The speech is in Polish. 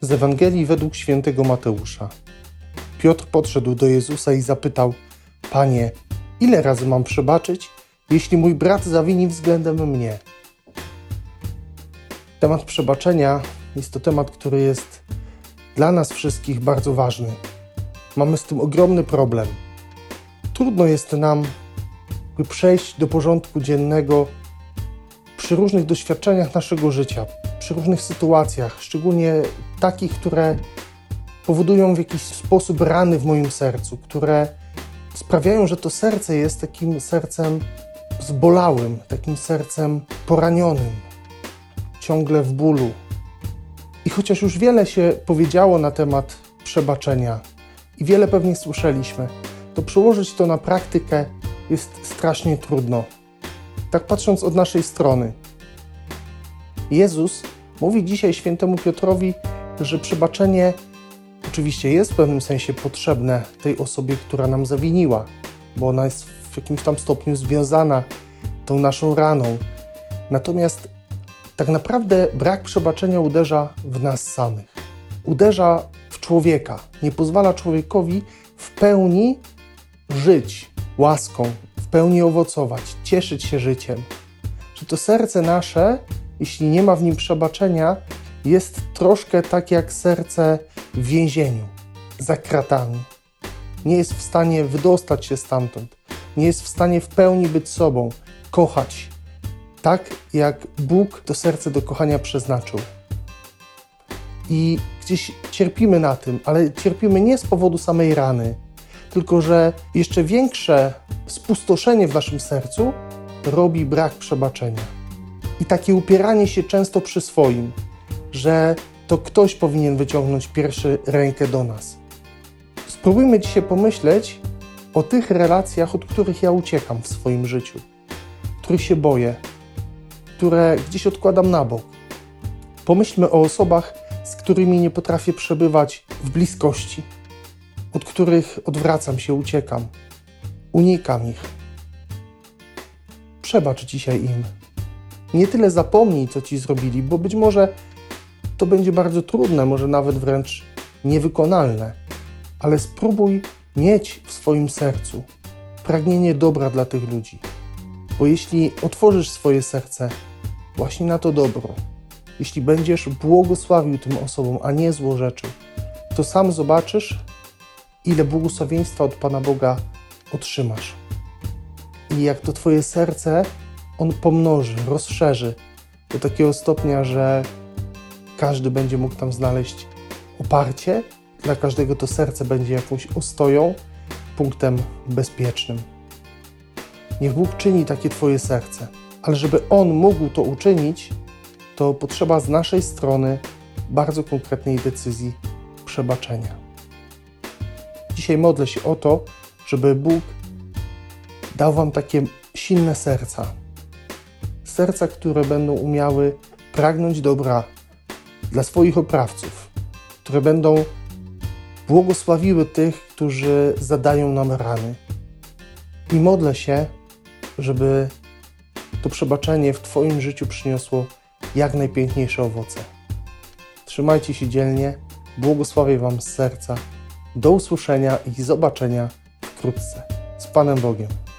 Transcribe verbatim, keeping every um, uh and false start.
Z Ewangelii według świętego Mateusza. Piotr podszedł do Jezusa i zapytał: Panie, ile razy mam przebaczyć, jeśli mój brat zawini względem mnie? Temat przebaczenia jest to temat, który jest dla nas wszystkich bardzo ważny. Mamy z tym ogromny problem. Trudno jest nam przejść do porządku dziennego przy różnych doświadczeniach naszego życia, przy różnych sytuacjach, szczególnie takich, które powodują w jakiś sposób rany w moim sercu, które sprawiają, że to serce jest takim sercem zbolałym, takim sercem poranionym, ciągle w bólu. I chociaż już wiele się powiedziało na temat przebaczenia i wiele pewnie słyszeliśmy, to przełożyć to na praktykę jest strasznie trudno. Tak patrząc od naszej strony. Jezus mówi dzisiaj świętemu Piotrowi, że przebaczenie oczywiście jest w pewnym sensie potrzebne tej osobie, która nam zawiniła, bo ona jest w jakimś tam stopniu związana tą naszą raną. Natomiast tak naprawdę brak przebaczenia uderza w nas samych. Uderza w człowieka. Nie pozwala człowiekowi w pełni żyć łaską, w pełni owocować, cieszyć się życiem. Że to serce nasze, jeśli nie ma w nim przebaczenia, jest troszkę tak jak serce w więzieniu, za kratami. Nie jest w stanie wydostać się stamtąd. Nie jest w stanie w pełni być sobą, kochać, tak jak Bóg to serce do kochania przeznaczył. I gdzieś cierpimy na tym, ale cierpimy nie z powodu samej rany, tylko że jeszcze większe spustoszenie w naszym sercu robi brak przebaczenia. I takie upieranie się często przy swoim, że to ktoś powinien wyciągnąć pierwszy rękę do nas. Spróbujmy dzisiaj pomyśleć o tych relacjach, od których ja uciekam w swoim życiu, których się boję, które gdzieś odkładam na bok. Pomyślmy o osobach, z którymi nie potrafię przebywać w bliskości, od których odwracam się, uciekam, unikam ich. Przebacz dzisiaj im. Nie tyle zapomnij, co ci zrobili, bo być może to będzie bardzo trudne, może nawet wręcz niewykonalne, ale spróbuj mieć w swoim sercu pragnienie dobra dla tych ludzi. Bo jeśli otworzysz swoje serce właśnie na to dobro, jeśli będziesz błogosławił tym osobom, a nie złorzeczył, to sam zobaczysz, ile błogosławieństwa od Pana Boga otrzymasz. I jak to twoje serce On pomnoży, rozszerzy do takiego stopnia, że każdy będzie mógł tam znaleźć oparcie, dla każdego to serce będzie jakąś ostoją, punktem bezpiecznym. Niech Bóg czyni takie twoje serce, ale żeby On mógł to uczynić, to potrzeba z naszej strony bardzo konkretnej decyzji przebaczenia. Dzisiaj modlę się o to, żeby Bóg dał wam takie silne serca. Serca, które będą umiały pragnąć dobra dla swoich oprawców, które będą błogosławiły tych, którzy zadają nam rany. I modlę się, żeby to przebaczenie w twoim życiu przyniosło jak najpiękniejsze owoce. Trzymajcie się dzielnie, błogosławię wam z serca. Do usłyszenia i zobaczenia wkrótce. Z Panem Bogiem.